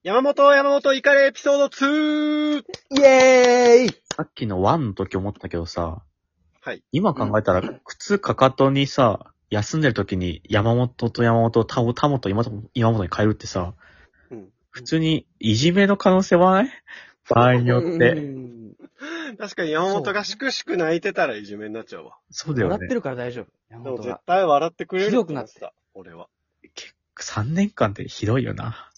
山本イカレエピソード 2! イエーイ。 さっきの1の時思ったけどさ、 はい。 今考えたら、靴かかとにさ、休んでる時に山本と山本、タモと今本に変えるってさ、 うん。 普通にいじめの可能性はない？場合によって。 確かに山本がしくしく泣いてたらいじめになっちゃうわ。 そうだよね。 笑ってるから大丈夫。山でも絶本が。 対笑ってくれるひどくなってた、俺は。 結構3年間ってひどいよな。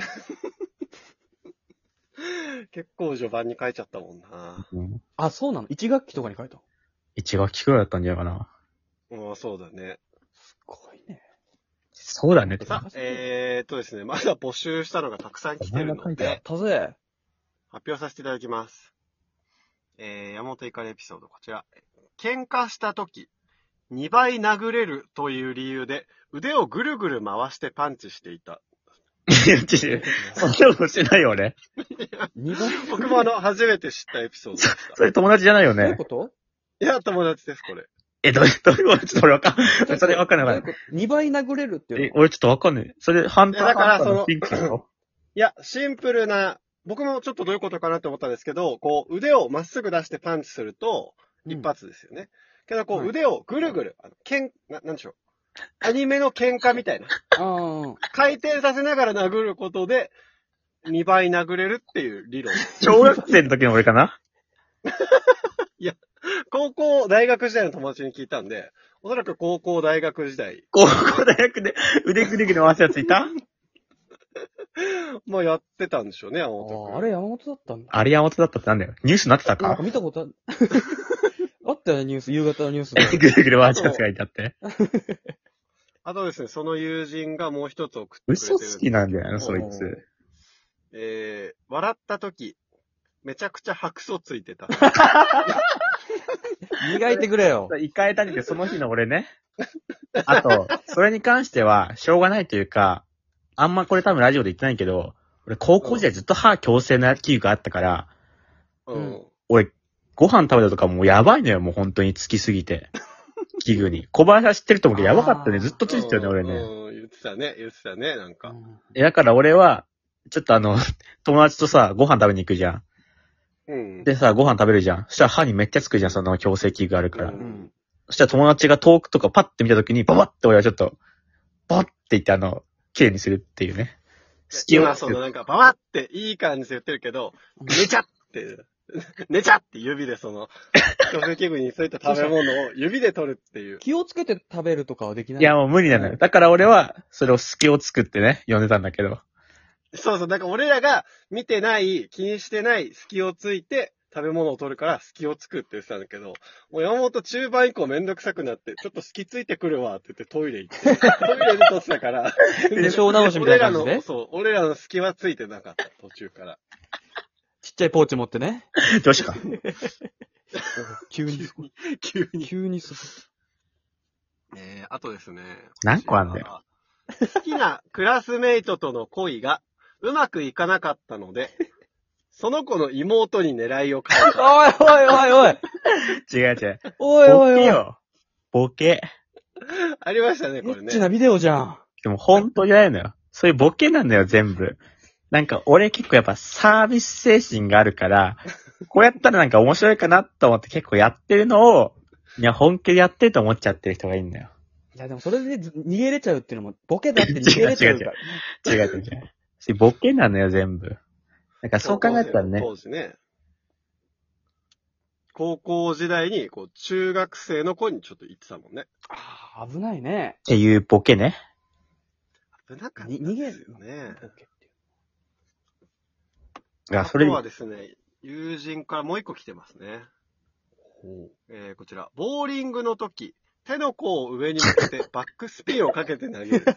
結構序盤に書いちゃったもんな。 うん。 あ、そうなの？ 1 学期とかに書いた。 1学期くらいだったんじゃないかな。 そうだね。 すごいね。 そうだね。 さ、ですね、まだ募集したのがたくさん来てるので、 たぜ。 発表させていただきます。山本イカレエピソード、こちら。喧嘩した時、2倍殴れるという理由で、腕をぐるぐる回してパンチしていた。 いや、そんなことしてないよ、俺。 2倍。 僕も初めて知ったエピソードでした。 それ友達じゃないよねどういうこ。と？ いや、友達です、これ。 どういうことちょっと俺わかんない。それわかんない。 2倍殴れるっていうの。 俺ちょっとわかんない。それ、ハンターいやだからハンターのピンクでしょ？ いや、シンプルな、僕もちょっとどういうことかなって思ったんですけど、こう、腕をまっすぐ出してパンチすると、一発ですよね。けど、こう、 はい腕をぐるぐる、なんでしょう。アニメの喧嘩みたいな。 あ回転させながら殴ることで、2倍殴れるっていう理論。 小学生の時の俺かな？ 高校、大学時代の友達に聞いたんで、おそらく高校、大学時代、 高校大学で腕ぐるぐる回すやついた？ まあやってたんでしょうね、山本君。 あれ山本だったんだ。 あれ山本だったってなんだよ。ニュースになってたか？ なんか見たことある。あったよね、ニュース、夕方のニュースで。 ぐるぐる回すやつがいたって。 あとですね、その友人がもう一つ送ってくれてる嘘んです好きなんだよな、そいおつ。 笑った時、めちゃくちゃ白素ついてた。 磨いてくれよ。 一回たりでその日の俺ね。あと、それに関しては、しょうがないというか、あんまこれ多分ラジオで言ってないけど、俺高校時代ずっと歯矯正の器具があったから、 うん。 俺、ご飯食べたとかもうやばいのよ、もう本当につきすぎて。器具に。小林は知ってると思うけど、やばかったね。ずっとついてたよね、俺ね。 言ってたね、なんか。 だから俺は、ちょっと友達とさ、ご飯食べに行くじゃん。 うん。 でさ、ご飯食べるじゃん。そしたら歯にめっちゃつくじゃん、その矯正器具があるから。 うんそしたら友達が遠くとかパッて見たときに、ババッて俺はちょっと、バッて言って綺麗にするっていうね。隙を今、そのなんか、ババっていい感じで言ってるけど、寝ちゃって、寝ちゃって指でその、矯正器具にそういった食べ物を指で取るっていう。 気をつけて食べるとかはできない。 いや、もう無理なのよ。だから俺は、それを隙を作ってね、呼んでたんだけど。 そうそう、だから俺らが見てない、気にしてない隙をついて、食べ物を取るから隙をつくって言ってたんだけど、もう山本中盤以降めんどくさくなって、ちょっと隙ついてくるわって言ってトイレ行って、トイレで取ってたから、 で小直しみたいな感じで俺らの隙はついてなかった、途中から。 ちっちゃいポーチ持ってね。 女子か。 急にすごい。 急に。 急にすあとですね。 何個あんだよ。 好きなクラスメイトとの恋がうまくいかなかったので、その子の妹に狙いを変えごい。 た。 おいおいおいおい。 違う違う。 おいおいおい。 ボケよ。ボケ。 ありましたね、これね。 エッチなビデオじゃん。 でも本当じゃないのよ。そういうボケなんだよ、全部。なんか俺結構やっぱサービス精神があるから、こうやったらなんか面白いかなと思って結構やってるのを、いや本気でやってると思っちゃってる人がいるんだよ。 いやでもそれで逃げれちゃうっていうのも、ボケだって逃げれちゃうから。 違う違う違う。ボケなのよ、全部。なんかそう考えたらね。 当時ね。高校時代に、こう、中学生の子にちょっと言ってたもんね。 ああ、危ないね。 っていうボケね。 危なかったですよね。 ボケっていう。 いや、それあとはですね、友人からもう一個来てますね。こちら。ボーリングの時、手の甲を上に向けてバックスピンをかけて投げる。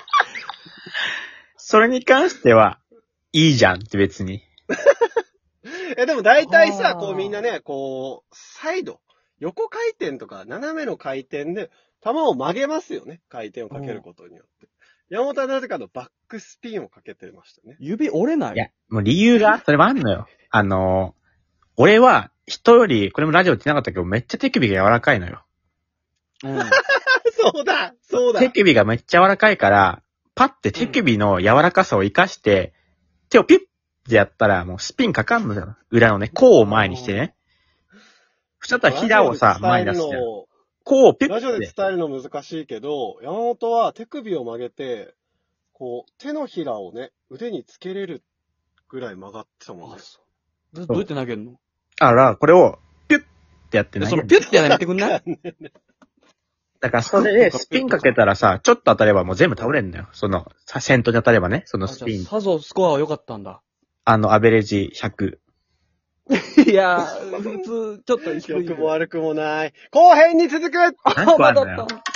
それに関しては、いいじゃんって別に。 でも大体さ、 あーこうみんなね、こう、サイド、横回転とか斜めの回転で、球を曲げますよね。回転をかけることによって。山本はなぜかのバックスピンをかけてましたね。 指折れない？ いや、もう理由が、それもあんのよ。俺は、人より、これもラジオって言ってなかったけど、めっちゃ手首が柔らかいのよ。 うん。 そうだそうだ手首がめっちゃ柔らかいから、パッて手首の柔らかさを活かして、 手をピュッってやったら、もうスピンかかんのじゃん。裏のね、甲を前にしてね。そしたら平をさ、前に出して。甲をピュッラジオでて。 伝えるの難しいけど、山本は手首を曲げて、こう、手のひらをね、腕につけれるぐらい曲がってたもんね。 どうやって投げるの？ あら、これを、ピュッってやってね。 そのピュッてやめてくんない？ だからそれでスピンかけたらさ、ちょっと当たればもう全部倒れんのよ。その、先頭に当たればね、そのスピン。 さぞスコアは良かったんだ。 アベレージ100。 いやー、普通、ちょっと低い。 良くも悪くもない。後編に続く何個あんのよ。